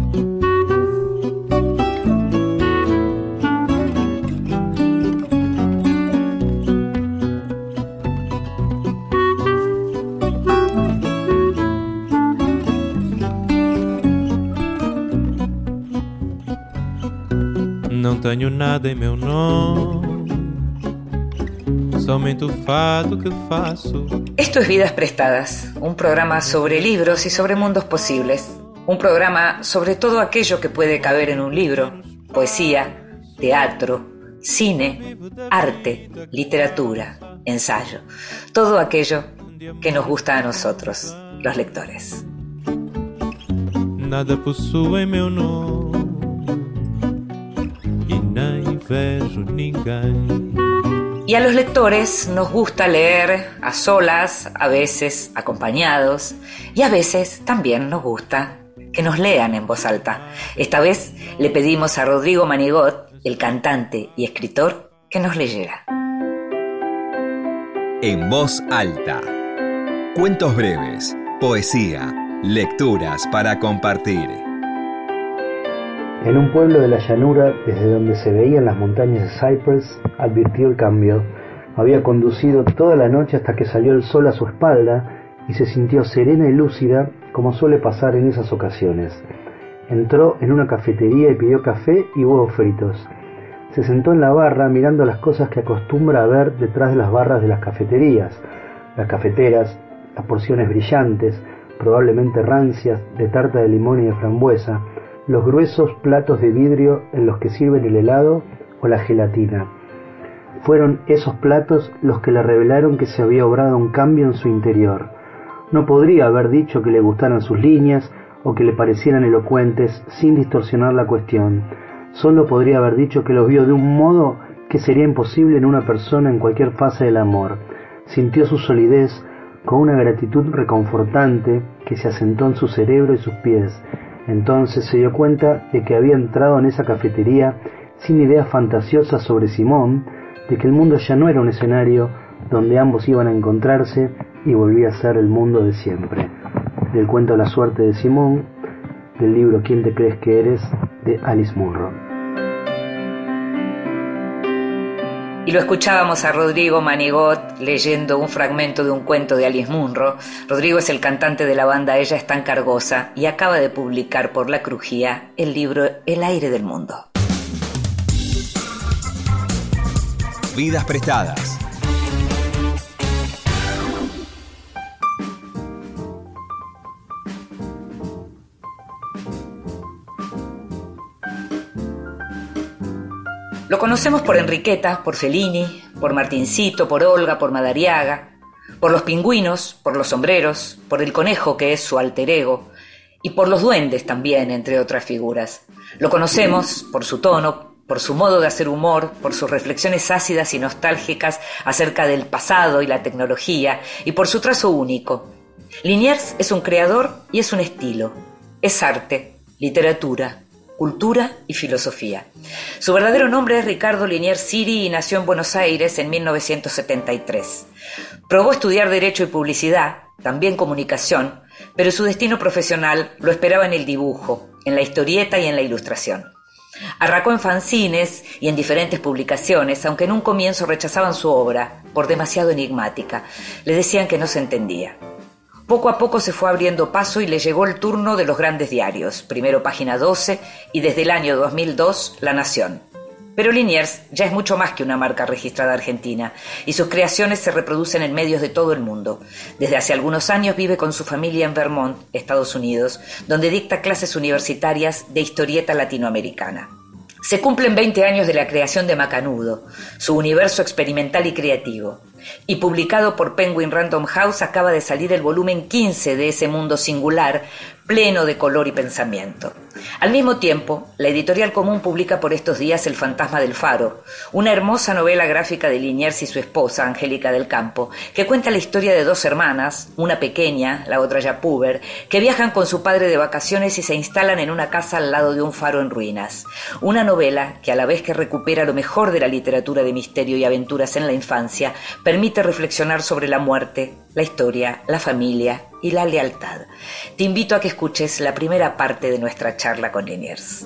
Não tenho nada em meu nome, somente o fado que faço. Esto es Vidas Prestadas, un programa sobre libros y sobre mundos posibles. Un programa sobre todo aquello que puede caber en un libro: poesía, teatro, cine, arte, literatura, ensayo. Todo aquello que nos gusta a nosotros, los lectores. Nada possui meu nome e nem vejo ninguém. Y a los lectores nos gusta leer a solas, a veces acompañados, y a veces también nos gusta que nos lean en voz alta. Esta vez le pedimos a Rodrigo Manigot, el cantante y escritor, que nos leyera. En voz alta. Cuentos breves, poesía, lecturas para compartir. En un pueblo de la llanura, desde donde se veían las montañas de Cypress, advirtió el cambio. Había conducido toda la noche hasta que salió el sol a su espalda y se sintió serena y lúcida, como suele pasar en esas ocasiones. Entró en una cafetería y pidió café y huevos fritos. Se sentó en la barra mirando las cosas que acostumbra a ver detrás de las barras de las cafeterías, las cafeteras, las porciones brillantes, probablemente rancias, de tarta de limón y de frambuesa, los gruesos platos de vidrio en los que sirven el helado o la gelatina. Fueron esos platos los que le revelaron que se había obrado un cambio en su interior. No podría haber dicho que le gustaran sus líneas o que le parecieran elocuentes sin distorsionar la cuestión. Solo podría haber dicho que los vio de un modo que sería imposible en una persona en cualquier fase del amor. Sintió su solidez con una gratitud reconfortante que se asentó en su cerebro y sus pies. Entonces se dio cuenta de que había entrado en esa cafetería sin ideas fantasiosas sobre Simón, de que el mundo ya no era un escenario donde ambos iban a encontrarse y volvía a ser el mundo de siempre. Del cuento La suerte de Simón, del libro ¿Quién te crees que eres?, de Alice Munro. Y lo escuchábamos a Rodrigo Manigot leyendo un fragmento de un cuento de Alice Munro. Rodrigo es el cantante de la banda Ella es tan cargosa y acaba de publicar por La Crujía el libro El aire del mundo. Vidas Prestadas. Lo conocemos por Enriqueta, por Fellini, por Martincito, por Olga, por Madariaga, por los pingüinos, por los sombreros, por el conejo que es su alter ego, y por los duendes también, entre otras figuras. Lo conocemos por su tono, por su modo de hacer humor, por sus reflexiones ácidas y nostálgicas acerca del pasado y la tecnología, y por su trazo único. Liniers es un creador y es un estilo. Es arte, literatura, cultura y filosofía. Su verdadero nombre es Ricardo Liniers Siri y nació en Buenos Aires en 1973. Probó estudiar Derecho y Publicidad, también Comunicación, pero su destino profesional lo esperaba en el dibujo, en la historieta y en la ilustración. Arrancó en fanzines y en diferentes publicaciones, aunque en un comienzo rechazaban su obra por demasiado enigmática. Le decían que no se entendía. Poco a poco se fue abriendo paso y le llegó el turno de los grandes diarios, primero Página 12 y desde el año 2002 La Nación. Pero Liniers ya es mucho más que una marca registrada argentina y sus creaciones se reproducen en medios de todo el mundo. Desde hace algunos años vive con su familia en Vermont, Estados Unidos, donde dicta clases universitarias de historieta latinoamericana. Se cumplen 20 años de la creación de Macanudo, su universo experimental y creativo. Y publicado por Penguin Random House acaba de salir el volumen 15 de ese mundo singular, pleno de color y pensamiento. Al mismo tiempo, la Editorial Común publica por estos días El fantasma del faro, una hermosa novela gráfica de Liniers y su esposa, Angélica del Campo, que cuenta la historia de dos hermanas, una pequeña, la otra ya puber, que viajan con su padre de vacaciones y se instalan en una casa al lado de un faro en ruinas. Una novela que, a la vez que recupera lo mejor de la literatura de misterio y aventuras en la infancia, permite reflexionar sobre la muerte, la historia, la familia y la lealtad. Te invito a que escuches la primera parte de nuestra charla con Liniers.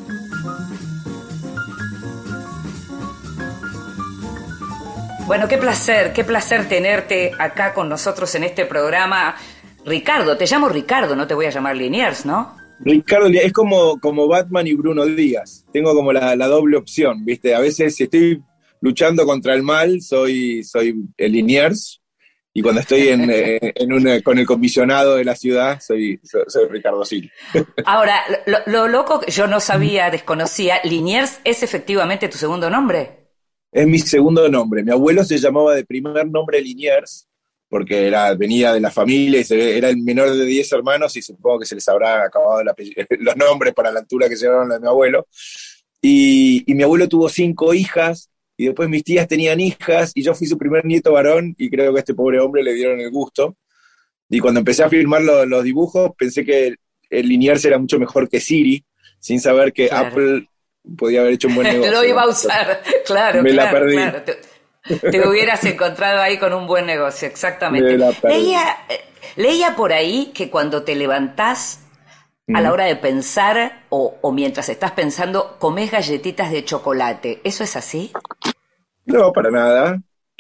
Bueno, qué placer tenerte acá con nosotros en este programa. Ricardo, te llamo Ricardo, no te voy a llamar Liniers, ¿no? Ricardo, es como Batman y Bruno Díaz. Tengo como la doble opción, ¿viste? A veces si estoy luchando contra el mal, soy el Liniers, y cuando estoy con el comisionado de la ciudad, soy Ricardo Sil. Ahora, lo loco que yo no sabía, desconocía, ¿Liniers es efectivamente tu segundo nombre? Es mi segundo nombre. Mi abuelo se llamaba de primer nombre Liniers, porque venía de la familia y era el menor de 10 hermanos, y supongo que se les habrá acabado los nombres para la altura que llevaron la de mi abuelo. Y mi abuelo tuvo 5 hijas, y después mis tías tenían hijas, y yo fui su primer nieto varón, y creo que a este pobre hombre le dieron el gusto. Y cuando empecé a filmar los dibujos, pensé que el Liniers era mucho mejor que Siri, sin saber que claro, Apple podía haber hecho un buen negocio. Lo iba a usar, claro. La perdí. Claro. Te hubieras encontrado ahí con un buen negocio, exactamente. Leía por ahí que cuando te levantás, a la hora de pensar o mientras estás pensando, comés galletitas de chocolate. ¿Eso es así? No, para nada.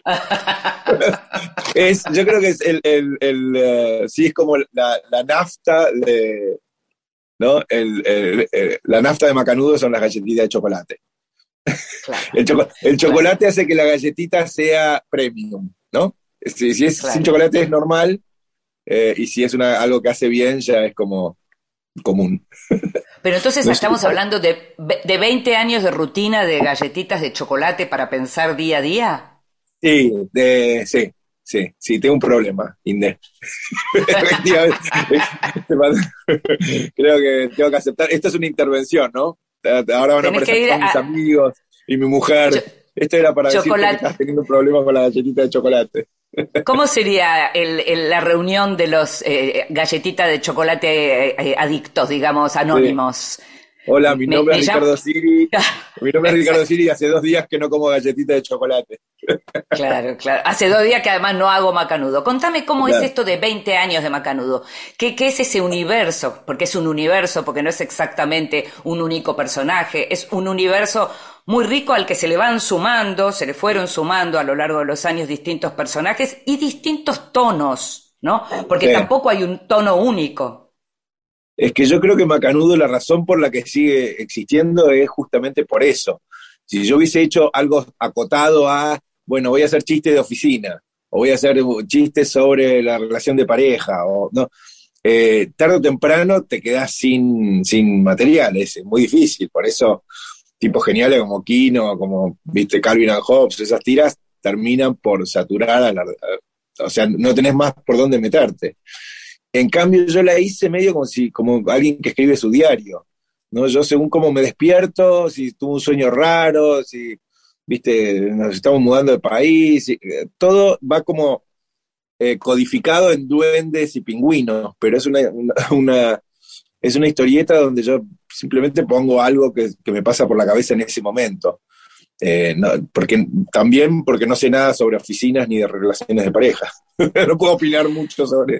Yo creo que es sí, es como la nafta de, ¿no? La nafta de Macanudo son las galletitas de chocolate. Claro. El chocolate hace que la galletita sea premium, ¿no? Si es sin chocolate es normal, y si es algo que hace bien ya es como común. Pero entonces estamos hablando de 20 años de rutina de galletitas de chocolate para pensar día a día. Sí, tengo un problema, Inde. Creo que tengo que aceptar. Esto es una intervención, ¿no? Ahora van a aparecer mis amigos y mi mujer. Esto era para decirte que estás teniendo un problema con la galletita de chocolate. ¿Cómo sería la reunión de los galletitas de chocolate adictos, digamos, anónimos? Sí. Hola, mi nombre es Ricardo Siri. Mi nombre es Ricardo Siri y hace 2 días que no como galletita de chocolate. Claro. Hace 2 días que además no hago Macanudo. Contame cómo es esto de 20 años de Macanudo. ¿Qué es ese universo? Porque es un universo, porque no es exactamente un único personaje. Es un universo muy rico al que se le fueron sumando a lo largo de los años distintos personajes y distintos tonos, ¿no? Porque tampoco hay un tono único. Es que yo creo que Macanudo, la razón por la que sigue existiendo es justamente por eso. Si yo hubiese hecho algo acotado bueno, voy a hacer chistes de oficina, o voy a hacer chistes sobre la relación de pareja, o no, tarde o temprano te quedás sin materiales, es muy difícil. Por eso tipos geniales como Kino, como viste Calvin and Hobbes, esas tiras terminan por saturar o sea, no tenés más por dónde meterte. En cambio, yo la hice medio como alguien que escribe su diario, ¿no? Yo según cómo me despierto, si tuve un sueño raro, si, viste, nos estamos mudando de país, todo va como codificado en duendes y pingüinos, pero es una historieta donde yo simplemente pongo algo que me pasa por la cabeza en ese momento. Porque no sé nada sobre oficinas ni de relaciones de pareja. No puedo opinar mucho sobre.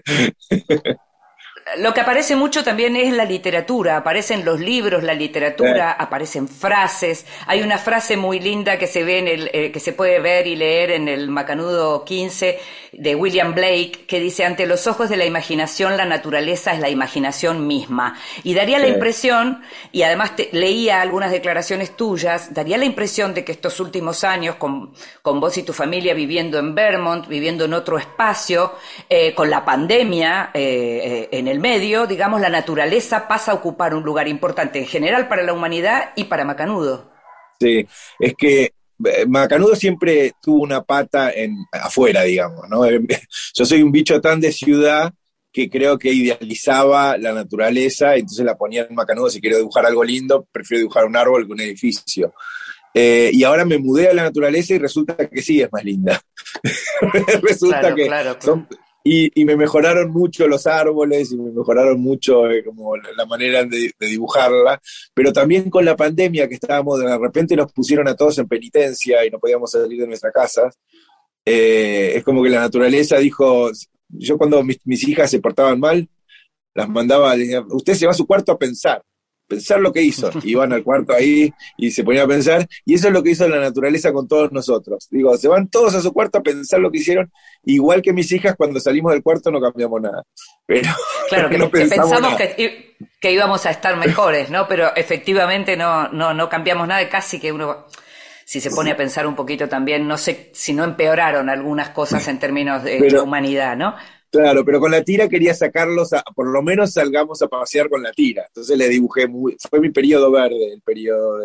Lo que aparece mucho también es la literatura, aparecen los libros, la literatura, aparecen frases. Hay una frase muy linda que se ve que se puede ver y leer en el Macanudo 15 de William Blake, que dice: ante los ojos de la imaginación, la naturaleza es la imaginación misma. Y daría la impresión, y además leía algunas declaraciones tuyas, daría la impresión de que estos últimos años, con vos y tu familia viviendo en Vermont, viviendo en otro espacio, con la pandemia en el medio, digamos, la naturaleza pasa a ocupar un lugar importante en general para la humanidad y para Macanudo. Sí, es que Macanudo siempre tuvo una pata afuera, digamos, ¿no? Yo soy un bicho tan de ciudad que creo que idealizaba la naturaleza, entonces la ponía en Macanudo. Si quiero dibujar algo lindo, prefiero dibujar un árbol que un edificio. Y ahora me mudé a la naturaleza y resulta que sí es más linda. Resulta que son... Y me mejoraron mucho los árboles y me mejoraron mucho como la manera de dibujarla, pero también con la pandemia que estábamos, de repente nos pusieron a todos en penitencia y no podíamos salir de nuestras casas, es como que la naturaleza dijo, yo cuando mis hijas se portaban mal, las mandaba, les decía, usted se va a su cuarto a pensar lo que hizo. Iban al cuarto ahí y se ponían a pensar, y eso es lo que hizo la naturaleza con todos nosotros. Digo, se van todos a su cuarto a pensar lo que hicieron, igual que mis hijas, cuando salimos del cuarto no cambiamos nada. Pero claro, que, no pensamos nada. que íbamos a estar mejores, ¿no? Pero efectivamente no cambiamos nada, y casi que uno, si se pone a pensar un poquito también, no sé si no empeoraron algunas cosas en términos de la humanidad, ¿no? Claro, pero con la tira quería sacarlos, por lo menos salgamos a pasear con la tira. Entonces le dibujé fue mi periodo verde, el periodo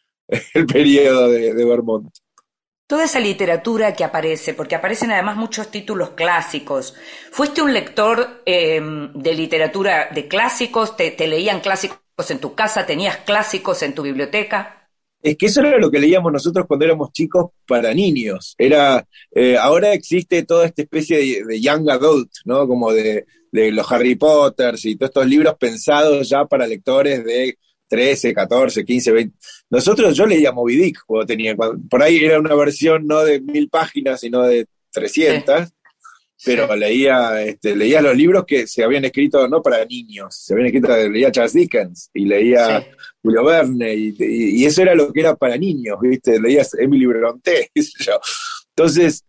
de Vermont. Toda esa literatura que aparece, porque aparecen además muchos títulos clásicos. ¿Fuiste un lector de literatura de clásicos? ¿Te leían clásicos en tu casa? ¿Tenías clásicos en tu biblioteca? Es que eso era lo que leíamos nosotros cuando éramos chicos para niños. Ahora existe toda esta especie de young adult, ¿no? Como de los Harry Potters y todos estos libros pensados ya para lectores de 13, 14, 15, 20. Yo leía Moby Dick por ahí era una versión no de 1000 páginas, sino de 300. Sí. Pero leía los libros que se habían escrito no para niños, leía Charles Dickens y leía Julio Verne y eso era lo que era para niños, ¿viste? Leías Emily Brontë, qué sé yo. Entonces,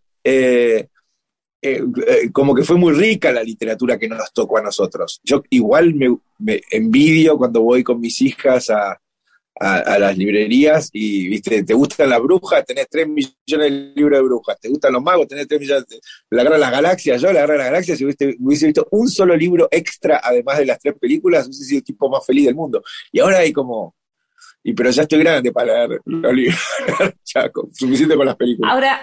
como que fue muy rica la literatura que nos tocó a nosotros. Yo igual me envidio cuando voy con mis hijas a las librerías y, viste, te gustan las brujas, tenés 3 millones de libros de brujas, te gustan los magos, tenés 3 millones la Guerra de las Galaxias, yo la Guerra de las Galaxias, si hubiese visto un solo libro extra, además de las 3 películas, hubiese sido el tipo más feliz del mundo. Y ahora hay pero ya estoy grande para leer los libros, ya, suficiente con las películas. Ahora,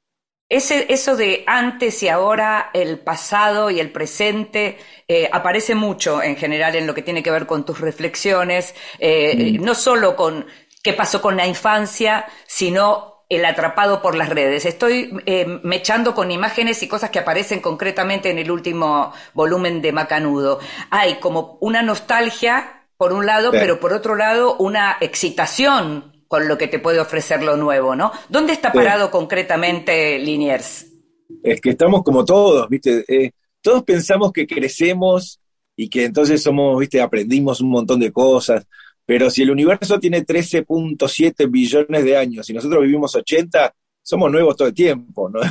eso de antes y ahora, el pasado y el presente, aparece mucho en general en lo que tiene que ver con tus reflexiones, no solo con qué pasó con la infancia, sino el atrapado por las redes. Estoy mechando con imágenes y cosas que aparecen concretamente en el último volumen de Macanudo. Hay como una nostalgia, por un lado, pero por otro lado, una excitación con lo que te puede ofrecer lo nuevo, ¿no? ¿Dónde está parado concretamente Liniers? Es que estamos como todos, ¿viste? Todos pensamos que crecemos y que entonces aprendimos un montón de cosas, pero si el universo tiene 13.7 billones de años y nosotros vivimos 80, somos nuevos todo el tiempo, ¿no?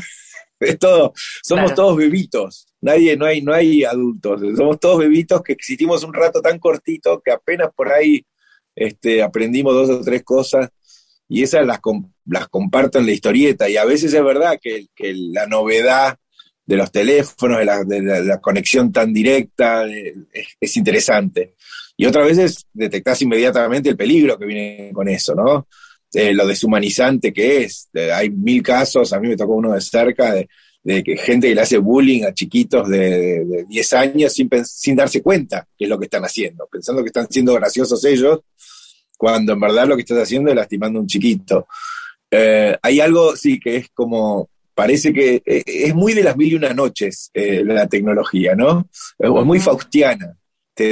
Somos todos bebitos, no hay adultos, somos todos bebitos que existimos un rato tan cortito que apenas por ahí aprendimos 2 o 3 cosas y esas las comparto en la historieta, y a veces es verdad que la novedad de los teléfonos, de la conexión tan directa es interesante, y otras veces detectás inmediatamente el peligro que viene con eso, ¿no? Lo deshumanizante que es. Hay 1000 casos, a mí me tocó uno de cerca de que gente que le hace bullying a chiquitos de 10 años sin darse cuenta que es lo que están haciendo, pensando que están siendo graciosos ellos, cuando en verdad lo que estás haciendo es lastimando a un chiquito. Hay algo, sí, que es como, parece que es muy de las 1001 noches la tecnología, ¿no? Es muy faustiana. Te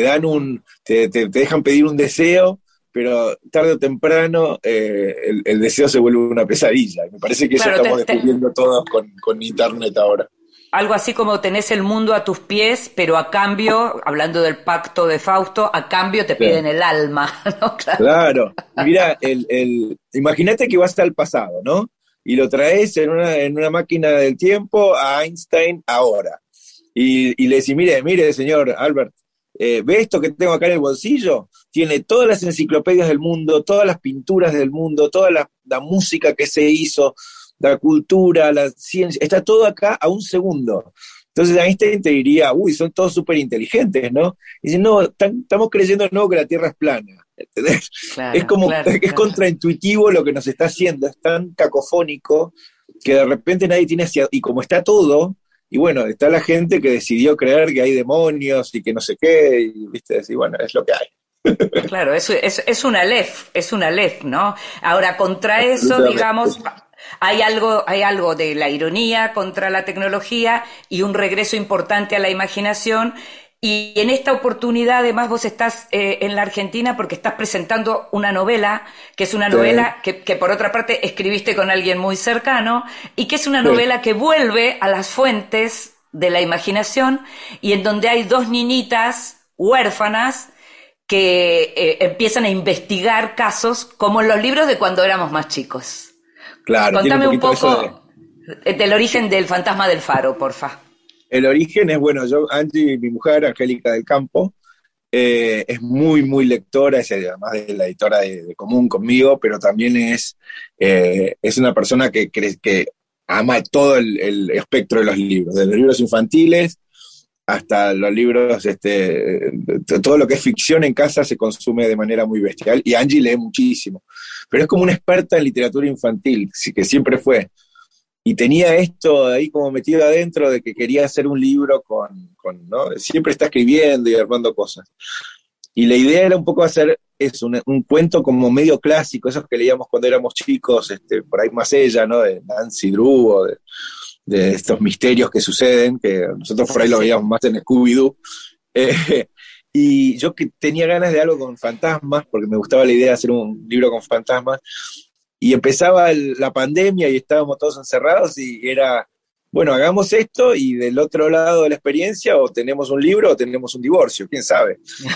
dejan pedir un deseo, pero tarde o temprano el deseo se vuelve una pesadilla. Me parece que eso estamos descubriendo todos con Internet ahora. Algo así como tenés el mundo a tus pies, pero a cambio, hablando del pacto de Fausto, a cambio te piden el alma, ¿no? Claro. Mira, imagínate que vas al pasado, ¿no? Y lo traes en una máquina del tiempo a Einstein ahora. Y le decís, mire, señor Albert, ¿ve esto que tengo acá en el bolsillo? Tiene todas las enciclopedias del mundo, todas las pinturas del mundo, toda la música que se hizo, la cultura, la ciencia, está todo acá a un segundo. Entonces Einstein te diría, son todos súper inteligentes, ¿no? Y dice, no, estamos creyendo de nuevo que la Tierra es plana. ¿Entendés? Claro, es contraintuitivo lo que nos está haciendo, es tan cacofónico que de repente nadie tiene y como está todo, y bueno, está la gente que decidió creer que hay demonios y que no sé qué, y viste, decir, bueno, es lo que hay. Claro, es una Aleph, ¿no? Ahora, contra eso, digamos, hay algo de la ironía contra la tecnología y un regreso importante a la imaginación. Y en esta oportunidad, además, vos estás en la Argentina porque estás presentando una novela, que es una novela que por otra parte escribiste con alguien muy cercano, y que es una novela que vuelve a las fuentes de la imaginación y en donde hay dos niñitas huérfanas que empiezan a investigar casos como en los libros de cuando éramos más chicos. Claro. Contame un poco del origen del Fantasma del Faro, porfa. El origen es, bueno, Angie, mi mujer, Angélica del Campo, es muy, muy lectora, es además de la editora de Común conmigo, pero también es una persona que ama todo el espectro de los libros, desde los libros infantiles hasta los libros, todo lo que es ficción en casa se consume de manera muy bestial, y Angie lee muchísimo, pero es como una experta en literatura infantil, que siempre fue, y tenía esto ahí como metido adentro de que quería hacer un libro ¿no? Siempre está escribiendo y armando cosas. Y la idea era un poco hacer eso, un cuento como medio clásico, esos que leíamos cuando éramos chicos, por ahí más ella, ¿no? De Nancy Drew, o de estos misterios que suceden, que nosotros por ahí lo veíamos más en Scooby-Doo. Y yo que tenía ganas de algo con fantasmas, porque me gustaba la idea de hacer un libro con fantasmas, y empezaba la pandemia y estábamos todos encerrados y era, bueno, hagamos esto y del otro lado de la experiencia o tenemos un libro o tenemos un divorcio, quién sabe.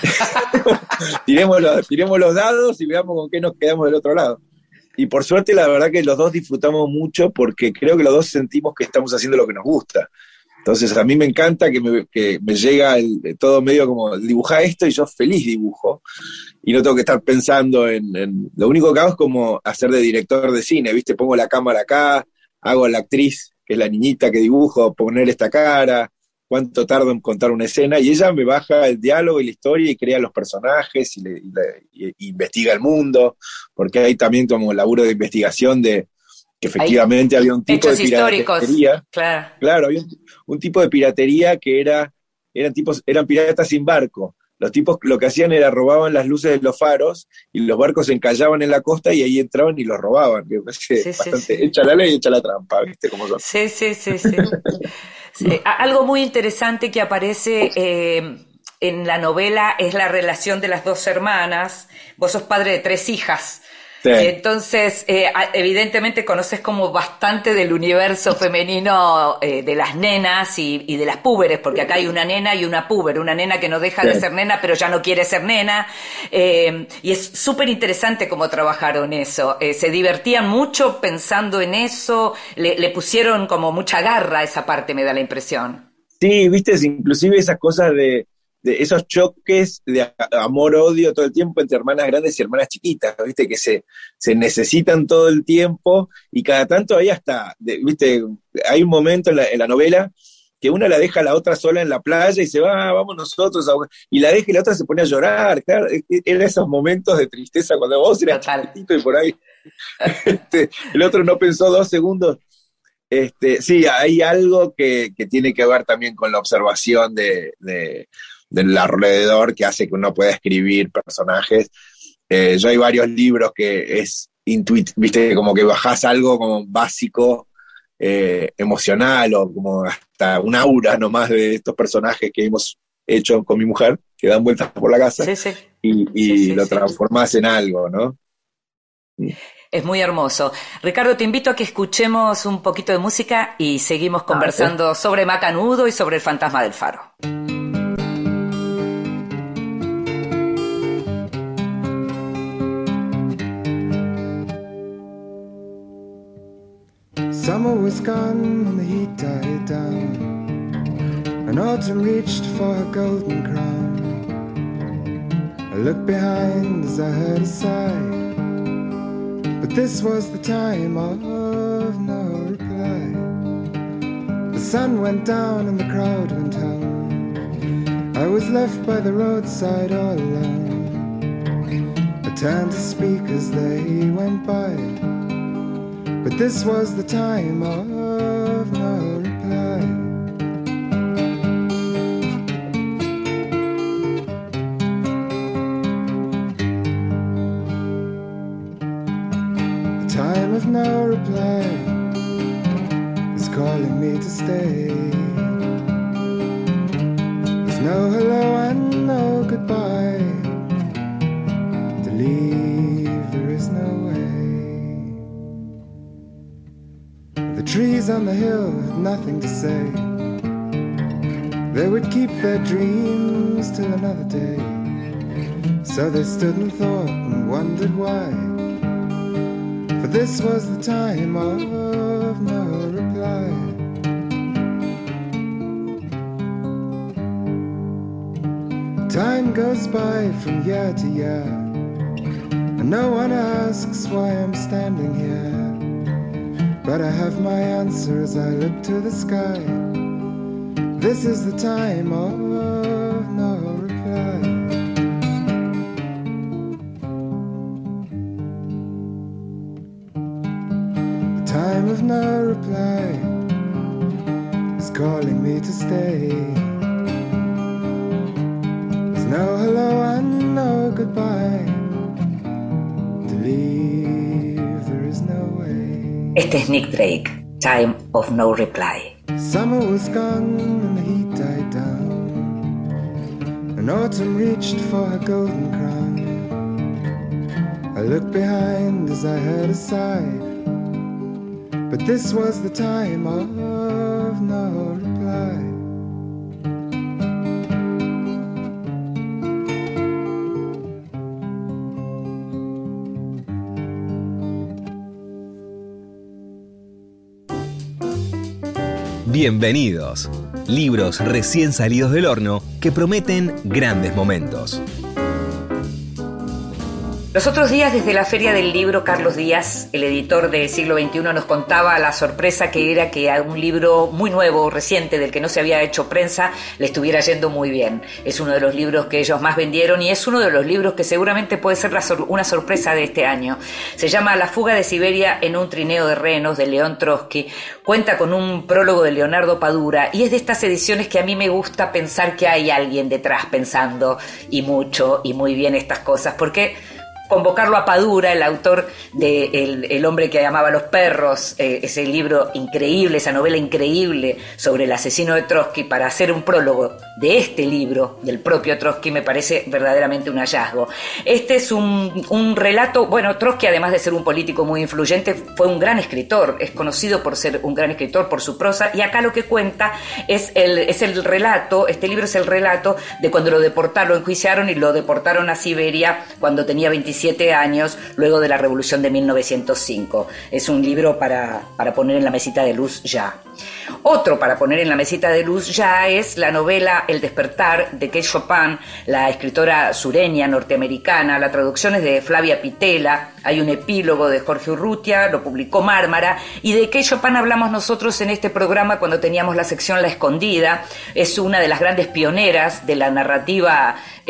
tiremos los dados y veamos con qué nos quedamos del otro lado. Y por suerte la verdad que los dos disfrutamos mucho porque creo que los dos sentimos que estamos haciendo lo que nos gusta. Entonces a mí me encanta que me llega todo medio como dibujar esto y yo feliz dibujo. Y no tengo que estar pensando en lo único que hago es como hacer de director de cine, ¿viste? Pongo la cámara acá, hago a la actriz, que es la niñita que dibujo, poner esta cara, cuánto tardo en contar una escena, y ella me baja el diálogo y la historia y crea los personajes y investiga el mundo, porque hay también como laburo de investigación de que efectivamente había un tipo de piratería. Claro, había un tipo de piratería que eran piratas sin barco. Los tipos lo que hacían era robaban las luces de los faros y los barcos se encallaban en la costa y ahí entraban y los robaban. Que bastante, echa la ley y echa la trampa, ¿viste cómo son? Sí. Sí, algo muy interesante que aparece en la novela es la relación de las dos hermanas. Vos sos padre de 3 hijas. Sí. Entonces, evidentemente conoces como bastante del universo femenino de las nenas y de las púberes, porque acá hay una nena y una púber, una nena que no deja de ser nena, pero ya no quiere ser nena, y es súper interesante cómo trabajaron eso. Se divertían mucho pensando en eso, le pusieron como mucha garra a esa parte, me da la impresión. Sí, viste, inclusive esas cosas de esos choques de amor-odio todo el tiempo entre hermanas grandes y hermanas chiquitas, ¿viste? Que se necesitan todo el tiempo y cada tanto hay ¿viste? Hay un momento en la novela que una la deja a la otra sola en la playa y se va, vamos nosotros, y la deja y la otra se pone a llorar, claro, eran esos momentos de tristeza cuando vos eras chiquitito y por ahí el otro no pensó 2 segundos. Sí, hay algo que tiene que ver también con la observación del alrededor que hace que uno pueda escribir personajes. Yo hay varios libros que es viste, como que bajás algo como básico, emocional, o como hasta un aura nomás de estos personajes que hemos hecho con mi mujer, que dan vueltas por la casa, y lo transformás en algo, ¿no? Es muy hermoso. Ricardo, te invito a que escuchemos un poquito de música y seguimos conversando sobre Macanudo y sobre el Fantasma del Faro. Summer was gone and the heat died down, and autumn reached for her golden crown. I looked behind as I heard a sigh, but this was the time of no reply. The sun went down and the crowd went home. I was left by the roadside all alone. I turned to speak as they went by, but this was the time of no reply. The time of no reply is calling me to stay. There's no hello and no goodbye. To leave there is no way. The trees on the hill had nothing to say. they would keep their dreams till another day. So they stood and thought and wondered why, for this was the time of no reply. Time goes by from year to year, and no one asks why I'm standing here. But I have my answer as I look to the sky. This is the time of no reply. The time of no reply is calling me to stay. No hello and no goodbye. To leave there is no way. Este es Nick Drake, Time of No Reply. Summer was gone and the heat died down, and autumn reached for her golden crown. I looked behind as I heard a sigh, but this was the time of no reply. Bienvenidos. Libros recién salidos del horno que prometen grandes momentos. Los otros días, desde la Feria del Libro, Carlos Díaz, el editor de Siglo XXI, nos contaba la sorpresa que era que a un libro muy nuevo, reciente, del que no se había hecho prensa, le estuviera yendo muy bien. Es uno de los libros que ellos más vendieron y es uno de los libros que seguramente puede ser una sorpresa de este año. Se llama La fuga de Siberia en un trineo de renos, de León Trotsky. Cuenta con un prólogo de Leonardo Padura y es de estas ediciones que a mí me gusta pensar que hay alguien detrás pensando y mucho y muy bien estas cosas, porque convocarlo a Padura, el autor de El hombre que amaba a los perros, ese libro increíble, esa novela increíble sobre el asesino de Trotsky, para hacer un prólogo de este libro, del propio Trotsky, me parece verdaderamente un hallazgo. Este es un relato, bueno, Trotsky, además de ser un político muy influyente, fue un gran escritor, es conocido por ser un gran escritor por su prosa, y acá lo que cuenta es el relato, este libro es el relato de cuando lo enjuiciaron y lo deportaron a Siberia cuando tenía 27 años, luego de la Revolución de 1905. Es un libro para poner en la mesita de luz ya. Otro para poner en la mesita de luz ya es la novela El despertar de Kate Chopin, la escritora sureña norteamericana. La traducción es de Flavia Pitela, hay un epílogo de Jorge Urrutia, lo publicó Mármara, y de Kate Chopin hablamos nosotros en este programa cuando teníamos la sección La Escondida. Es una de las grandes pioneras de la narrativa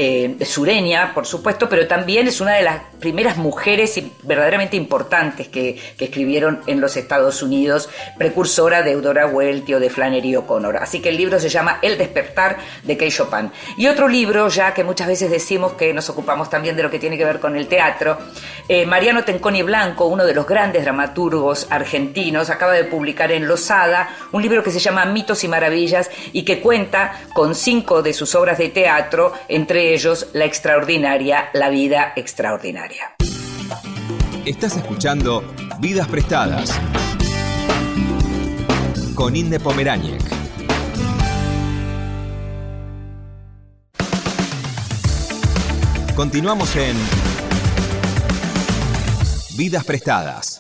sureña, por supuesto, pero también es una de las primeras mujeres verdaderamente importantes que escribieron en los Estados Unidos, precursora de Eudora Welty o de Flannery O'Connor. Así que el libro se llama El despertar de Kate Chopin. Y otro libro, ya que muchas veces decimos que nos ocupamos también de lo que tiene que ver con el teatro, Mariano Tenconi Blanco, uno de los grandes dramaturgos argentinos, acaba de publicar en Losada un libro que se llama Mitos y Maravillas y que cuenta con 5 de sus obras de teatro, entre ellos La extraordinaria, La vida extraordinaria. Estás escuchando Vidas Prestadas con Inde Pomeráñez. Continuamos en Vidas Prestadas.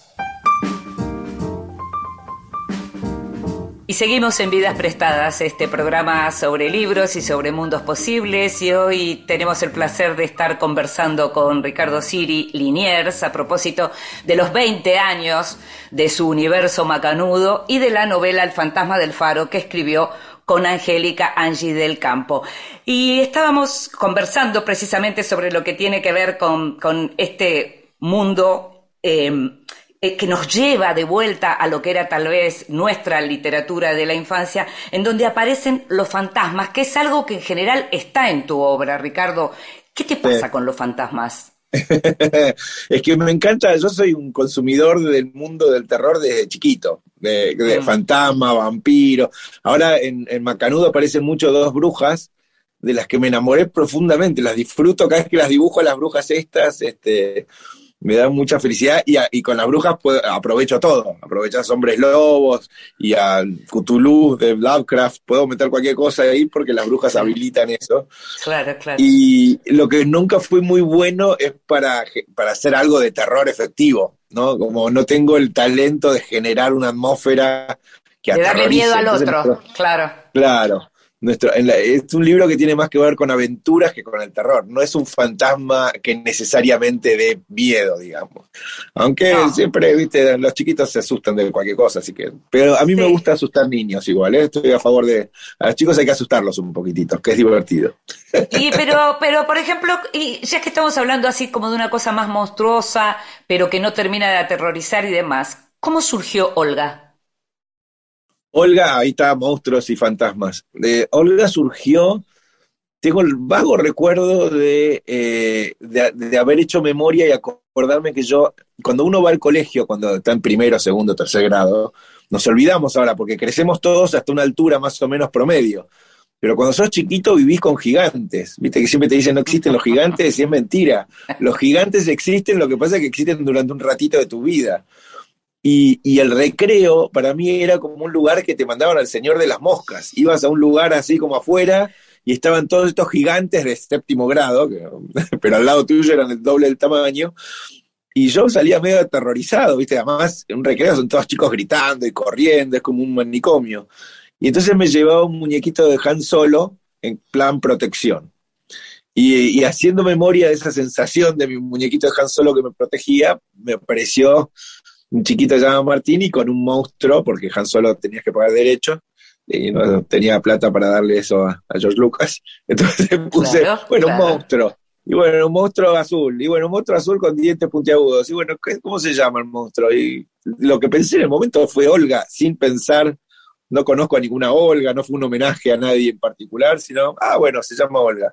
Y seguimos en Vidas Prestadas, este programa sobre libros y sobre mundos posibles, y hoy tenemos el placer de estar conversando con Ricardo Siri Liniers a propósito de los 20 años de su universo macanudo y de la novela El fantasma del faro que escribió con Angélica Angie del Campo. Y estábamos conversando precisamente sobre lo que tiene que ver con este mundo que nos lleva de vuelta a lo que era tal vez nuestra literatura de la infancia, en donde aparecen los fantasmas, que es algo que en general está en tu obra, Ricardo. ¿Qué te pasa con los fantasmas? Es que me encanta, yo soy un consumidor del mundo del terror desde chiquito, de fantasma, vampiro. Ahora en Macanudo aparecen mucho 2 brujas, de las que me enamoré profundamente, las disfruto cada vez que las dibujo a las brujas estas, me da mucha felicidad y con las brujas aprovecho todo, aprovechas hombres lobos y a Cthulhu de Lovecraft, puedo meter cualquier cosa ahí porque las brujas habilitan eso. Claro, claro. Y lo que nunca fui muy bueno es para hacer algo de terror efectivo, ¿no? Como no tengo el talento de generar una atmósfera que de darle miedo al otro, claro. Claro. Es un libro que tiene más que ver con aventuras que con el terror. No es un fantasma que necesariamente dé miedo, digamos. Aunque siempre, viste, los chiquitos se asustan de cualquier cosa, así que... Pero a mí me gusta asustar niños igual, ¿eh? Estoy a favor de... A los chicos hay que asustarlos un poquitito, que es divertido. Pero por ejemplo, y ya que estamos hablando así como de una cosa más monstruosa, pero que no termina de aterrorizar y demás, ¿cómo surgió Olga? Olga, ahí está, monstruos y fantasmas. Olga surgió, tengo el vago recuerdo de haber hecho memoria y acordarme que yo, cuando uno va al colegio, cuando está en primero, segundo, tercer grado, nos olvidamos ahora, porque crecemos todos hasta una altura más o menos promedio. Pero cuando sos chiquito vivís con gigantes. Viste que siempre te dicen no existen los gigantes y es mentira. Los gigantes existen, lo que pasa es que existen durante un ratito de tu vida. Y el recreo para mí era como un lugar que te mandaban al Señor de las Moscas. Ibas a un lugar así como afuera y estaban todos estos gigantes de séptimo grado, pero al lado tuyo eran el doble del tamaño. Y yo salía medio aterrorizado, ¿viste? Además, en un recreo son todos chicos gritando y corriendo, es como un manicomio. Y entonces me llevaba un muñequito de Han Solo en plan protección. Y haciendo memoria de esa sensación de mi muñequito de Han Solo que me protegía, me apareció un chiquito llamado Martín y con un monstruo, porque Han Solo tenías que pagar derechos, y no tenía plata para darle eso a George Lucas. Entonces puse, un monstruo. Y bueno, un monstruo azul. Y bueno, un monstruo azul con dientes puntiagudos. Y bueno, ¿cómo se llama el monstruo? Y lo que pensé en el momento fue Olga, sin pensar, no conozco a ninguna Olga, no fue un homenaje a nadie en particular, sino, bueno, se llama Olga.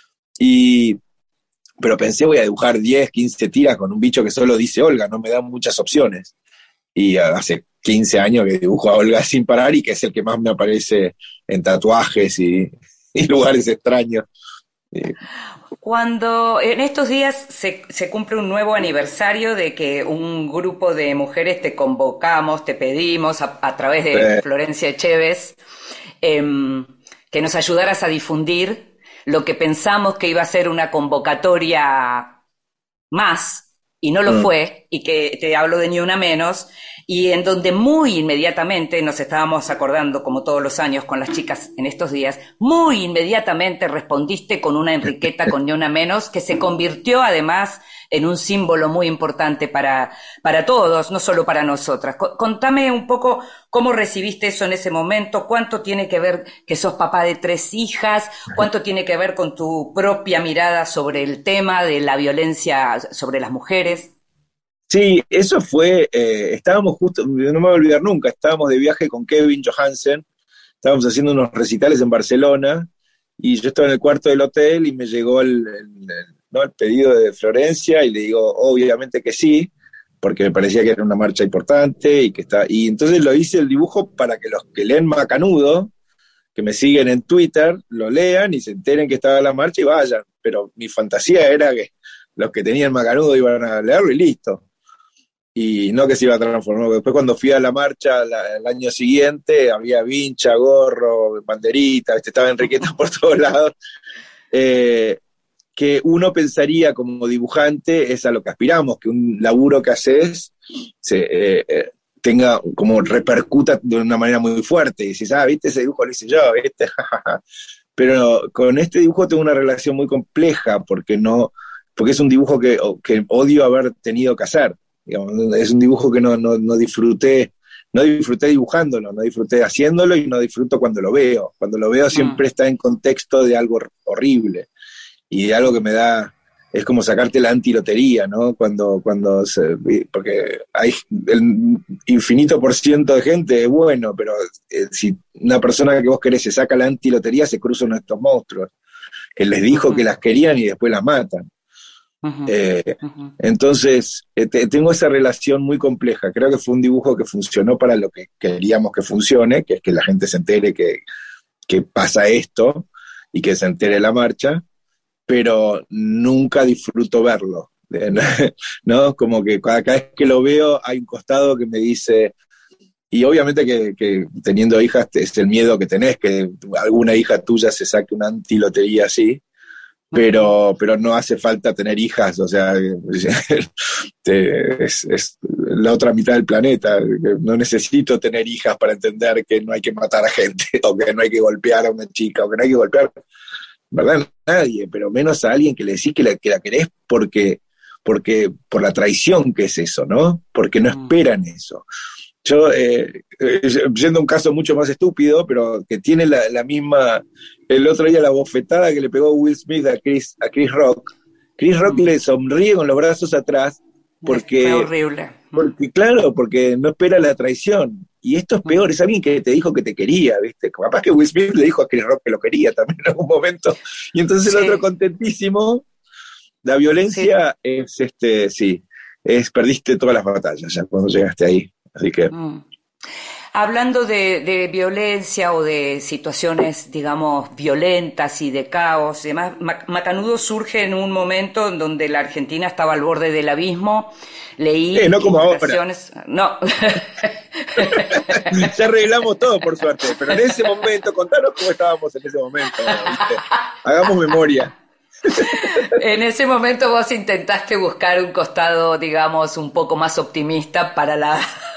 Pero pensé, voy a dibujar 10, 15 tiras con un bicho que solo dice Olga, no me dan muchas opciones. Y hace 15 años que dibujo a Olga sin parar y que es el que más me aparece en tatuajes y lugares extraños. Cuando en estos días se cumple un nuevo aniversario de que un grupo de mujeres te convocamos, te pedimos a través de Florencia Echeves que nos ayudaras a difundir lo que pensamos que iba a ser una convocatoria más, y no lo fue, y que te hablo de Ni Una Menos, y en donde muy inmediatamente nos estábamos acordando, como todos los años con las chicas en estos días, muy inmediatamente respondiste con una Enriqueta con Ni Una Menos, que se convirtió además en un símbolo muy importante para todos, no solo para nosotras. Contame un poco cómo recibiste eso en ese momento, cuánto tiene que ver que sos papá de 3 hijas, cuánto tiene que ver con tu propia mirada sobre el tema de la violencia sobre las mujeres. Sí, eso fue, estábamos justo, no me voy a olvidar nunca, estábamos de viaje con Kevin Johansen, estábamos haciendo unos recitales en Barcelona, y yo estaba en el cuarto del hotel y me llegó el pedido de Florencia, y le digo, obviamente que sí, porque me parecía que era una marcha importante, y entonces lo hice el dibujo para que los que leen Macanudo, que me siguen en Twitter, lo lean y se enteren que estaba la marcha y vayan, pero mi fantasía era que los que tenían Macanudo iban a leerlo y listo. Y no que se iba a transformar. Después cuando fui a la marcha el año siguiente, había vincha, gorro, banderita, estaba Enriqueta por todos lados, que uno pensaría como dibujante es a lo que aspiramos, que un laburo que haces tenga como repercuta de una manera muy fuerte, y dices, viste, ese dibujo lo hice yo, ¿viste? Pero con este dibujo tengo una relación muy compleja, porque es un dibujo que odio haber tenido que hacer. Digamos, es un dibujo que no disfruté dibujándolo, no disfruté haciéndolo y no disfruto cuando lo veo. Cuando lo veo siempre está en contexto de algo horrible y de algo que me da, es como sacarte la antilotería, ¿no? Porque hay el infinito por ciento de gente es bueno, pero si una persona que vos querés se saca la antilotería, se cruzan estos monstruos que les dijo que las querían y después las matan. Entonces tengo esa relación muy compleja. Creo que fue un dibujo que funcionó para lo que queríamos que funcione, que es que la gente se entere que pasa esto y que se entere la marcha, pero nunca disfruto verlo. ¿no? Como que cada vez que lo veo hay un costado que me dice, y obviamente que teniendo hijas es el miedo que tenés, que alguna hija tuya se saque una antilotería así, pero no hace falta tener hijas, o sea, es la otra mitad del planeta. No necesito tener hijas para entender que no hay que matar a gente, o que no hay que golpear a una chica, o que no hay que golpear, ¿verdad? Nadie, pero menos a alguien que le decís que la querés porque por la traición que es eso, ¿no? Porque no esperan eso. Yo, siendo un caso mucho más estúpido, pero que tiene la misma, el otro día la bofetada que le pegó Will Smith a Chris Rock. Chris Rock le sonríe con los brazos atrás porque... Fue horrible. Porque no espera la traición. Y esto es peor, es alguien que te dijo que te quería, ¿viste? Capaz que Will Smith le dijo a Chris Rock que lo quería también en algún momento. Y entonces el otro contentísimo. La violencia es, perdiste todas las batallas ya cuando llegaste ahí. Así que... Hablando de violencia o de situaciones, digamos, violentas y de caos y demás, Macanudo surge en un momento en donde la Argentina estaba al borde del abismo. Leí... no como ahora. No. Ya arreglamos todo, por suerte. Pero en ese momento, contanos cómo estábamos en ese momento, ¿viste? Hagamos memoria. En ese momento vos intentaste buscar un costado, digamos, un poco más optimista para la...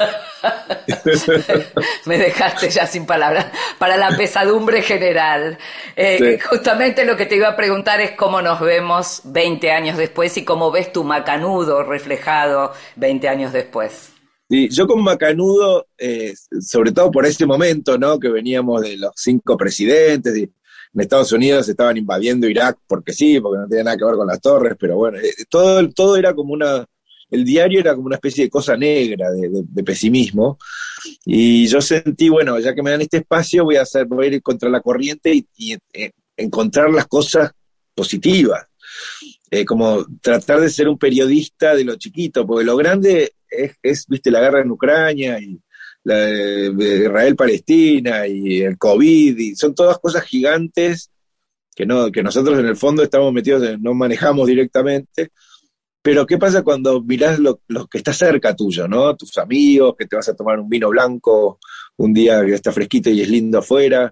Me dejaste ya sin palabras. Para la pesadumbre general. Sí. Justamente lo que te iba a preguntar es cómo nos vemos 20 años después y cómo ves tu Macanudo reflejado 20 años después. Sí, yo con Macanudo, sobre todo por ese momento, ¿no? Que veníamos de los 5 presidentes, y en Estados Unidos estaban invadiendo Irak porque sí, porque no tenía nada que ver con las torres, pero bueno, todo era como el diario era como una especie de cosa negra, de pesimismo, y yo sentí, bueno, ya que me dan este espacio, voy a ir contra la corriente y encontrar las cosas positivas, como tratar de ser un periodista de lo chiquito, porque lo grande es viste, la guerra en Ucrania, y Israel-Palestina, y el COVID, y son todas cosas gigantes que nosotros en el fondo estamos metidos, no manejamos directamente. Pero ¿qué pasa cuando mirás lo que está cerca tuyo, ¿no? Tus amigos, que te vas a tomar un vino blanco un día que está fresquito y es lindo afuera,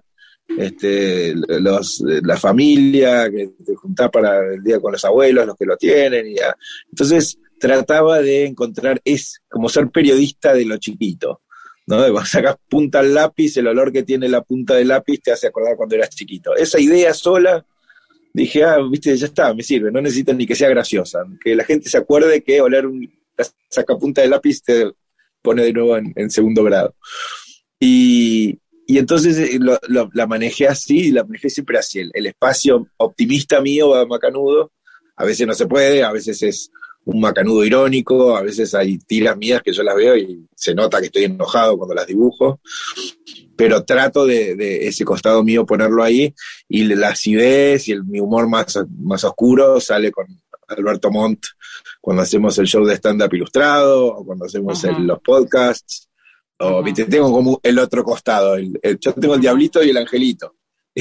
la familia, que te juntás para el día con los abuelos, los que lo tienen. Entonces trataba de encontrar, es como ser periodista de lo chiquito, ¿no? Cuando sacas punta al lápiz, el olor que tiene la punta del lápiz te hace acordar cuando eras chiquito. Esa idea sola... Dije, viste, ya está, me sirve, no necesito ni que sea graciosa, que la gente se acuerde que oler la sacapunta de lápiz te pone de nuevo en segundo grado. Y entonces la manejé así, y la manejé siempre así, el espacio optimista mío va a Macanudo, a veces no se puede, a veces es un Macanudo irónico, a veces hay tiras mías que yo las veo y se nota que estoy enojado cuando las dibujo, pero trato de ese costado mío ponerlo ahí, y la acidez y mi humor más oscuro sale con Alberto Montt cuando hacemos el show de stand-up ilustrado, o cuando hacemos los podcasts, o ¿viste? Tengo como el otro costado, yo tengo el diablito y el angelito,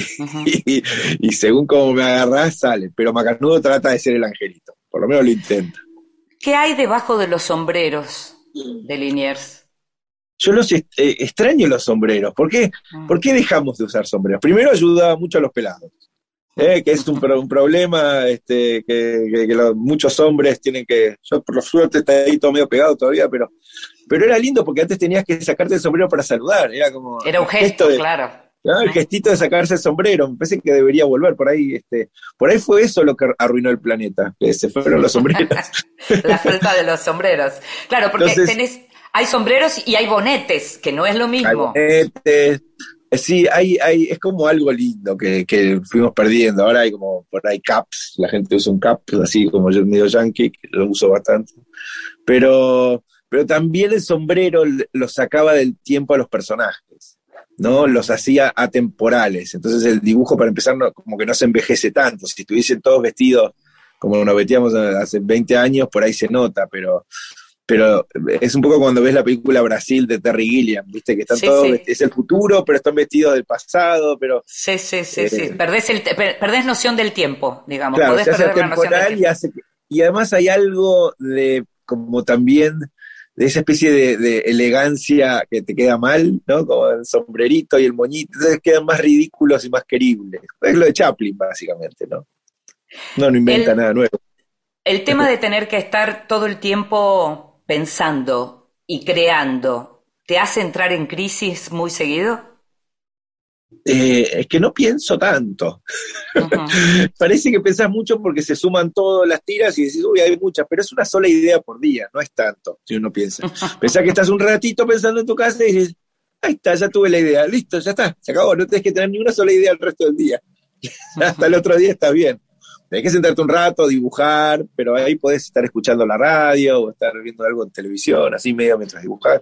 y según como me agarrás sale, pero Macanudo trata de ser el angelito, por lo menos lo intenta. ¿Qué hay debajo de los sombreros de Liniers? Yo extraño los sombreros. ¿Por qué dejamos de usar sombreros? Primero ayudaba mucho a los pelados, que es un problema que muchos hombres tienen que... Yo por suerte está ahí todo medio pegado todavía, pero era lindo porque antes tenías que sacarte el sombrero para saludar. Era un gesto, claro. ¿no? El gestito de sacarse el sombrero, me parece que debería volver por ahí. Por ahí fue eso lo que arruinó el planeta, que se fueron los sombreros. La falta de los sombreros. Claro, porque entonces, hay sombreros y hay bonetes, que no es lo mismo. Hay bonetes, sí, es como algo lindo que fuimos perdiendo. Ahora hay como por ahí caps, la gente usa un cap, así como yo medio yankee, que lo uso bastante. Pero también el sombrero lo sacaba del tiempo a los personajes, ¿no? Los hacía atemporales. Entonces el dibujo, para empezar, como que no se envejece tanto. Si estuviesen todos vestidos como nos vestíamos hace 20 años, por ahí se nota, pero es un poco cuando ves la película Brasil de Terry Gilliam, ¿viste? Que están todos es el futuro, pero están vestidos del pasado, pero... Sí. Perdés noción del tiempo, digamos. Claro, podés se hace perder la noción del temporal tiempo. y además hay algo de, como también, de esa especie de elegancia que te queda mal, ¿no? Como el sombrerito y el moñito, entonces quedan más ridículos y más queribles. Es lo de Chaplin, básicamente, ¿no? No inventa nada nuevo. El tema de tener que estar todo el tiempo pensando y creando, ¿te hace entrar en crisis muy seguido? Es que no pienso tanto. Uh-huh. Parece que pensás mucho porque se suman todas las tiras y decís, uy, hay muchas, pero es una sola idea por día, no es tanto, si uno piensa. Pensás que estás un ratito pensando en tu casa y dices, ahí está, ya tuve la idea, listo, ya está, se acabó, no tenés que tener ni una sola idea el resto del día. Hasta el otro día está bien. Tenés que sentarte un rato, dibujar, pero ahí podés estar escuchando la radio o estar viendo algo en televisión, así medio mientras dibujás.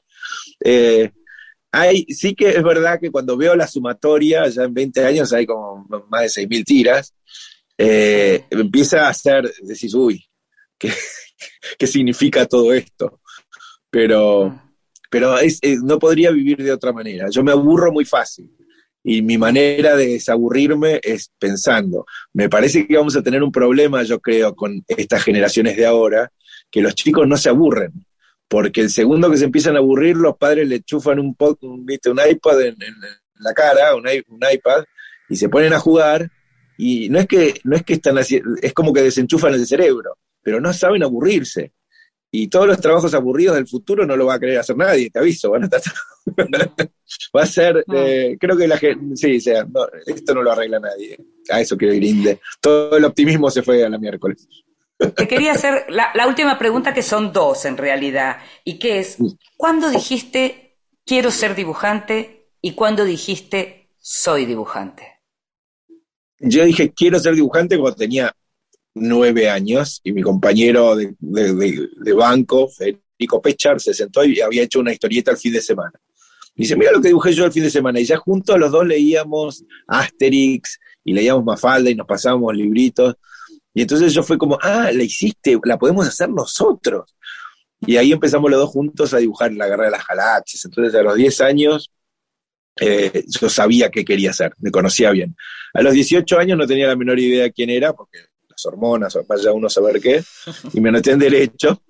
Sí que es verdad que cuando veo la sumatoria, ya en 20 años hay como más de 6.000 tiras, empieza a ser, decís, uy, ¿qué significa todo esto? Pero no podría vivir de otra manera. Yo me aburro muy fácil. Y mi manera de desaburrirme es pensando. Me parece que vamos a tener un problema, yo creo, con estas generaciones de ahora, que los chicos no se aburren, porque el segundo que se empiezan a aburrir, los padres le chufan un iPad en la cara, un iPad, y se ponen a jugar, y no es que están haciendo, es como que desenchufan el cerebro, pero no saben aburrirse. Y todos los trabajos aburridos del futuro no lo va a querer hacer nadie, te aviso, van a estar... va a ser, creo que la gente, sí, o sea, no, esto no lo arregla nadie, a eso quiero ir, Inde. Todo el optimismo se fue a la miércoles. Te quería hacer la última pregunta, que son dos en realidad, y que es, ¿cuándo dijiste quiero ser dibujante y cuándo dijiste soy dibujante? Yo dije quiero ser dibujante cuando tenía 9 años, y mi compañero de banco, Federico Pechar, se sentó y había hecho una historieta el fin de semana. Y dice, mira lo que dibujé yo el fin de semana. Y ya juntos los dos leíamos Asterix y leíamos Mafalda y nos pasábamos libritos. Y entonces yo fue como, la hiciste, la podemos hacer nosotros. Y ahí empezamos los dos juntos a dibujar La Guerra de las Galaxias. Entonces a los 10 años yo sabía qué quería hacer, me conocía bien. A los 18 años no tenía la menor idea de quién era, porque las hormonas, o vaya uno a saber qué, y me anoté en Derecho,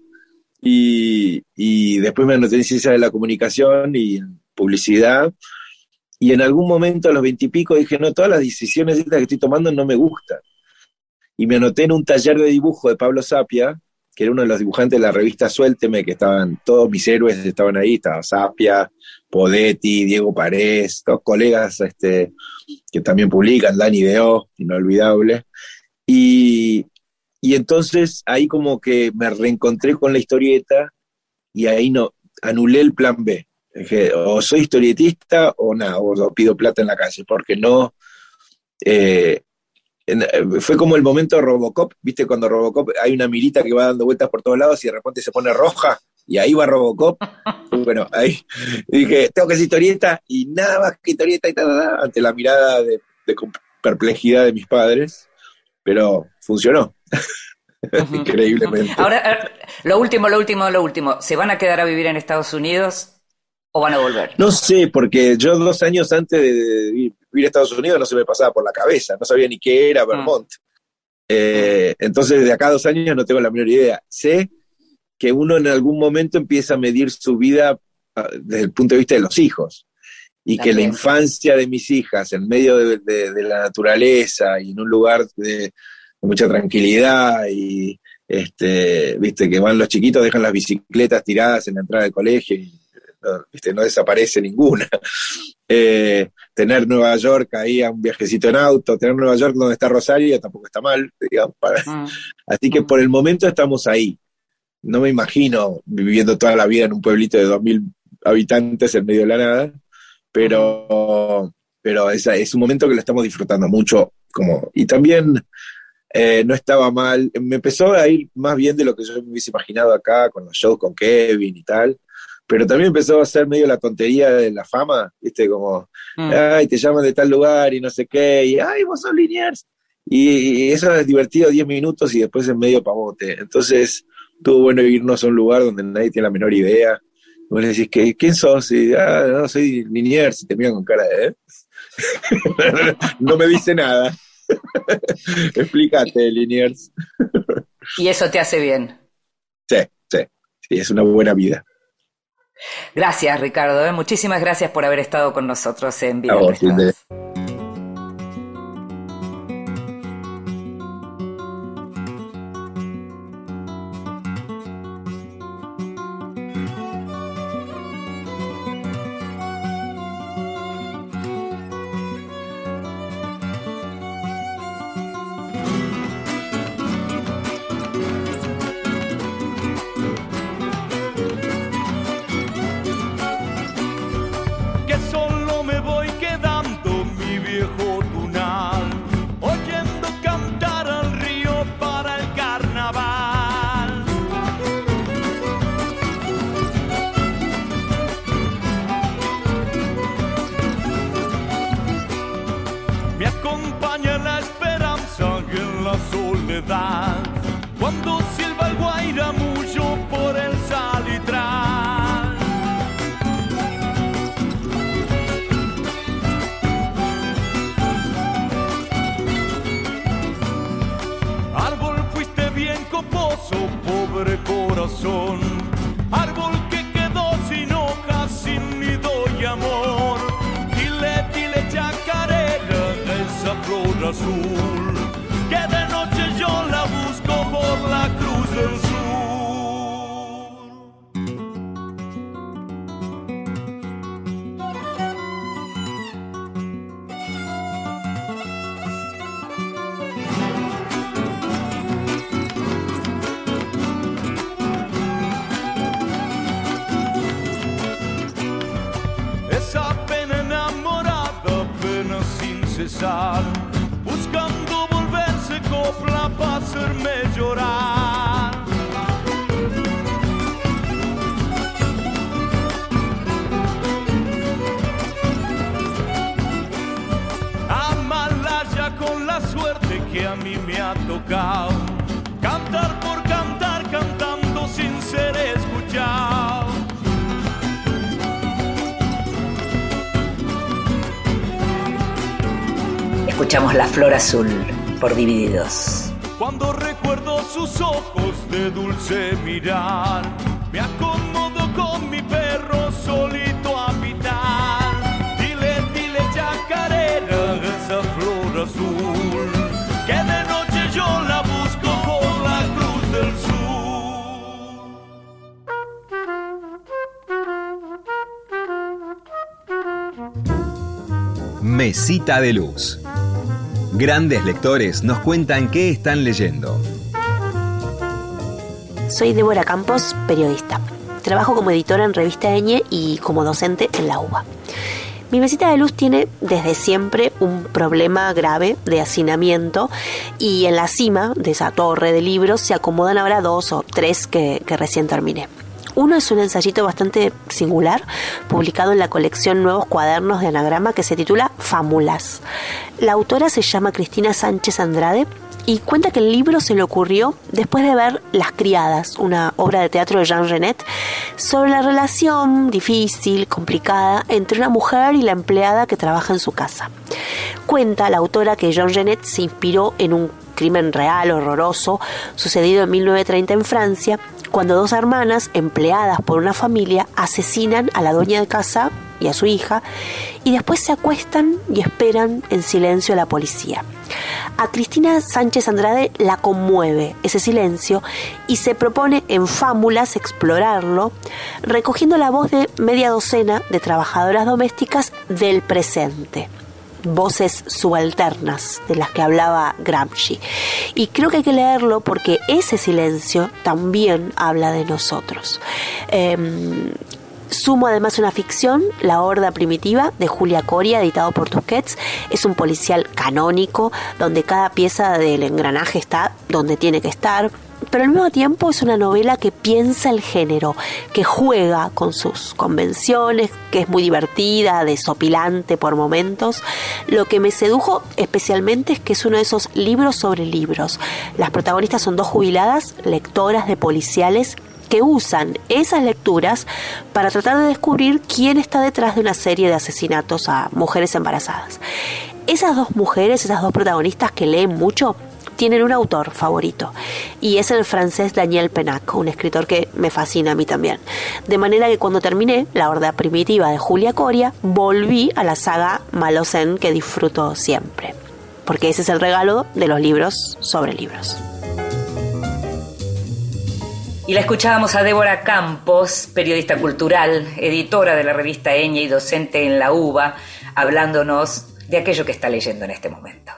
y después me anoté en Ciencias de la Comunicación y en Publicidad, y en algún momento a los 20 y pico dije, no, todas las decisiones estas que estoy tomando no me gustan, y me anoté en un taller de dibujo de Pablo Sapia, que era uno de los dibujantes de la revista Suélteme, que estaban, todos mis héroes estaban ahí, estaba Sapia, Podetti, Diego Parés, dos colegas que también publican, Dani Deo, inolvidable, y entonces ahí como que me reencontré con la historieta, y ahí no, anulé el plan B. Dije, o soy historietista o nada, o pido plata en la calle, porque no... fue como el momento de Robocop, ¿viste? Cuando Robocop hay una mirita que va dando vueltas por todos lados y de repente se pone roja, y ahí va Robocop. Bueno, ahí dije, tengo que ser historieta, y nada más que historieta y tal, ante la mirada de perplejidad de mis padres, pero funcionó. Increíblemente. Ahora, lo último, ¿se van a quedar a vivir en Estados Unidos o van a volver? No sé, porque yo 2 años antes de vivir a Estados Unidos no se me pasaba por la cabeza, no sabía ni qué era Vermont. Entonces de acá a 2 años no tengo la menor idea. Sé que uno en algún momento empieza a medir su vida desde el punto de vista de los hijos, y que la infancia de mis hijas en medio de la naturaleza y en un lugar de mucha tranquilidad, y viste que van los chiquitos, dejan las bicicletas tiradas en la entrada del colegio y no desaparece ninguna. Tener Nueva York ahí a un viajecito en auto, tener Nueva York donde está Rosario tampoco está mal, digamos, así que por el momento estamos ahí. No me imagino viviendo toda la vida en un pueblito de 2.000 habitantes en medio de la nada, pero es un momento que lo estamos disfrutando mucho, y también no estaba mal, me empezó a ir más bien de lo que yo me hubiese imaginado acá, con los shows con Kevin y tal, pero también empezó a ser medio la tontería de la fama, ¿viste? Como, ay, te llaman de tal lugar y no sé qué, y ay, vos sos Liniers, y eso es divertido 10 minutos y después es medio pavote. Entonces estuvo bueno irnos a un lugar donde nadie tiene la menor idea. Vos le decís, ¿quién sos? Y, no, soy Liniers, y te miran con cara de, no me dice nada. Explícate, Liniers. Y eso te hace bien. Sí, es una buena vida. Gracias, Ricardo. Muchísimas gracias por haber estado con nosotros en Vidas vos, Prestadas. Cuando silba el guairamullo por el salitral. Árbol, fuiste bien coposo, pobre corazón. Árbol que quedó sin hojas, sin nido y amor. Dile, dile, chacarera, esa flor azul, que de noche yo la busco por la Cruz del Sur. Esa pena enamorada, pena sin cesar, buscando volverse copla para hacerme llorar. Amalaya con la suerte que a mí me ha tocado, cantar por cantar, cantando sin ser escuchado. Escuchamos La Flor Azul por Divididos. Cuando recuerdo sus ojos de dulce mirar, me acomodo con mi perro solito a pitar. Dile, dile, chacarera, esa flor azul, que de noche yo la busco por la Cruz del Sur. Mesita de Luz. Grandes lectores nos cuentan qué están leyendo. Soy Débora Campos, periodista. Trabajo como editora en Revista Eñe y como docente en la UBA. Mi mesita de luz tiene desde siempre un problema grave de hacinamiento y en la cima de esa torre de libros se acomodan ahora 2 o 3 que recién terminé. Uno es un ensayito bastante singular, publicado en la colección Nuevos Cuadernos de Anagrama, que se titula Fámulas. La autora se llama Cristina Sánchez Andrade y cuenta que el libro se le ocurrió después de ver Las Criadas, una obra de teatro de Jean Genet, sobre la relación difícil, complicada, entre una mujer y la empleada que trabaja en su casa. Cuenta la autora que Jean Genet se inspiró en un crimen real, horroroso, sucedido en 1930 en Francia, cuando 2 hermanas, empleadas por una familia, asesinan a la dueña de casa y a su hija, y después se acuestan y esperan en silencio a la policía. A Cristina Sánchez Andrade la conmueve ese silencio y se propone en Fámulas explorarlo, recogiendo la voz de media docena de trabajadoras domésticas del presente. Voces subalternas de las que hablaba Gramsci. Y creo que hay que leerlo porque ese silencio también habla de nosotros. Sumo además una ficción, La Horda Primitiva, de Julia Coria, editado por Tusquets. Es un policial canónico, donde cada pieza del engranaje está donde tiene que estar, pero al mismo tiempo es una novela que piensa el género, que juega con sus convenciones, que es muy divertida, desopilante por momentos. Lo que me sedujo especialmente es que es uno de esos libros sobre libros. Las protagonistas son 2 jubiladas, lectoras de policiales, que usan esas lecturas para tratar de descubrir quién está detrás de una serie de asesinatos a mujeres embarazadas. Esas 2 mujeres, esas 2 protagonistas que leen mucho, tienen un autor favorito, y es el francés Daniel Pennac, un escritor que me fascina a mí también. De manera que cuando terminé La Horda Primitiva de Julia Coria, volví a la saga Malocène, que disfruto siempre, porque ese es el regalo de los libros sobre libros. Y la escuchábamos a Débora Campos, periodista cultural, editora de la revista Eñe y docente en la UBA, hablándonos de aquello que está leyendo en este momento.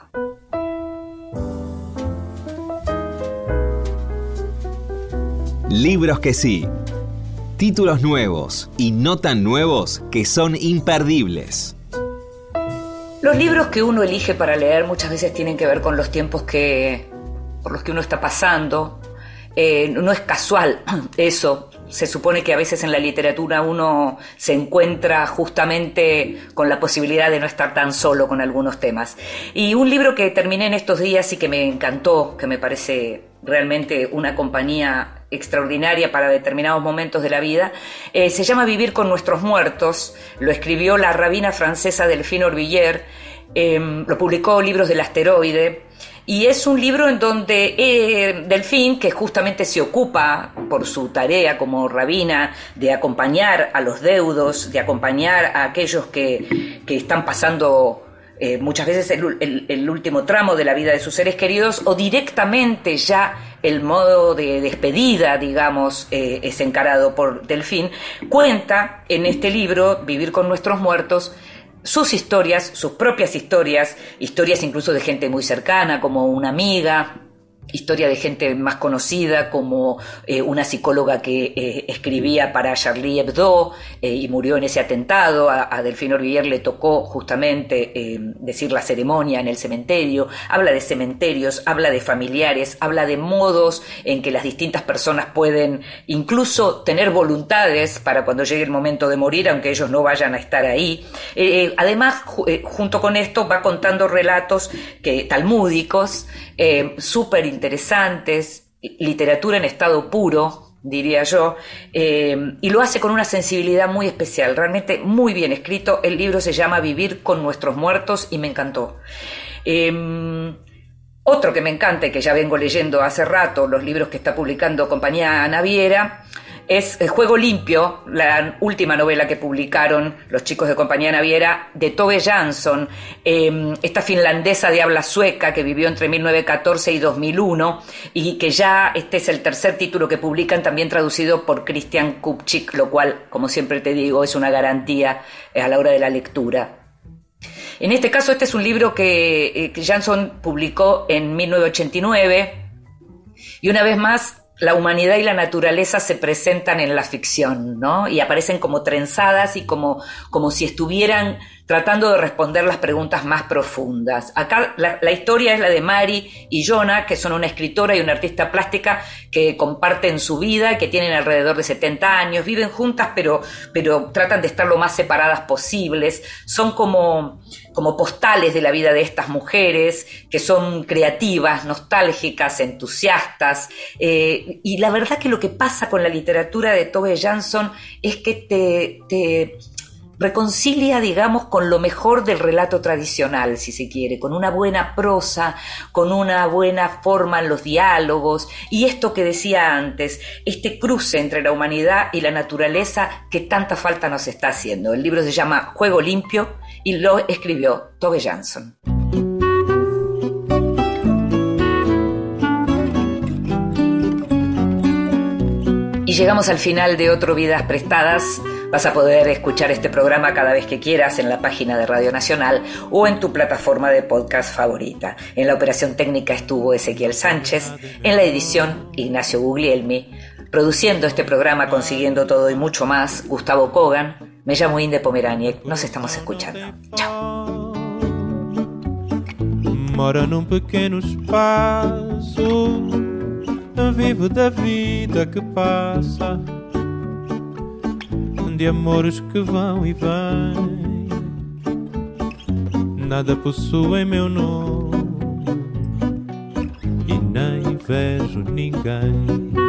Libros que sí. Títulos nuevos y no tan nuevos que son imperdibles. Los libros que uno elige para leer muchas veces tienen que ver con los tiempos por los que uno está pasando. No es casual eso. Se supone que a veces en la literatura uno se encuentra justamente con la posibilidad de no estar tan solo con algunos temas. Y un libro que terminé en estos días y que me encantó, que me parece realmente una compañía extraordinaria para determinados momentos de la vida, se llama Vivir con nuestros muertos. Lo escribió la rabina francesa Delphine Orvillier, lo publicó Libros del Asteroide. Y es un libro en donde Delphine, que justamente se ocupa por su tarea como rabina de acompañar a los deudos, de acompañar a aquellos que están pasando muchas veces el último tramo de la vida de sus seres queridos, o directamente ya el modo de despedida, digamos, es encarado por Delphine, cuenta en este libro, Vivir con nuestros muertos, sus historias, sus propias historias incluso de gente muy cercana, como una amiga, historia de gente más conocida, como una psicóloga que escribía para Charlie Hebdo y murió en ese atentado. A Delphine Orvillier le tocó justamente decir la ceremonia en el cementerio. Habla de cementerios, habla de familiares, habla de modos en que las distintas personas pueden incluso tener voluntades para cuando llegue el momento de morir, aunque ellos no vayan a estar ahí. Además, junto con esto va contando relatos talmúdicos, súper interesantes, literatura en estado puro, diría yo, y lo hace con una sensibilidad muy especial, realmente muy bien escrito. El libro se llama Vivir con nuestros muertos y me encantó. Otro que me encanta y que ya vengo leyendo hace rato, los libros que está publicando Compañía Naviera, es Juego Limpio, la última novela que publicaron los chicos de Compañía Naviera, de Tove Jansson, esta finlandesa de habla sueca que vivió entre 1914 y 2001, y que ya este es el tercer título que publican, también traducido por Christian Kupchik, lo cual, como siempre te digo, es una garantía a la hora de la lectura. En este caso, este es un libro que Jansson publicó en 1989, y una vez más, la humanidad y la naturaleza se presentan en la ficción, ¿no? Y aparecen como trenzadas y como si estuvieran tratando de responder las preguntas más profundas. Acá la historia es la de Mari y Jonah, que son una escritora y una artista plástica que comparten su vida, que tienen alrededor de 70 años, viven juntas, pero tratan de estar lo más separadas posibles. Son como postales de la vida de estas mujeres, que son creativas, nostálgicas, entusiastas. Y la verdad que lo que pasa con la literatura de Tove Jansson es que te reconcilia, digamos, con lo mejor del relato tradicional, si se quiere, con una buena prosa, con una buena forma en los diálogos, y esto que decía antes, este cruce entre la humanidad y la naturaleza que tanta falta nos está haciendo. El libro se llama Juego Limpio y lo escribió Tove Jansson. Y llegamos al final de otro Vidas Prestadas. Vas a poder escuchar este programa cada vez que quieras en la página de Radio Nacional o en tu plataforma de podcast favorita. En la operación técnica estuvo Ezequiel Sánchez, en la edición Ignacio Guglielmi, produciendo este programa, consiguiendo todo y mucho más, Gustavo Kogan. Me llamo Inde Pomeraniec. Nos estamos escuchando. Chao. Mora num pequeno espaço, vivo da vida que passa, de amores que vão e vêm, nada possuem meu nome e nem vejo ninguém.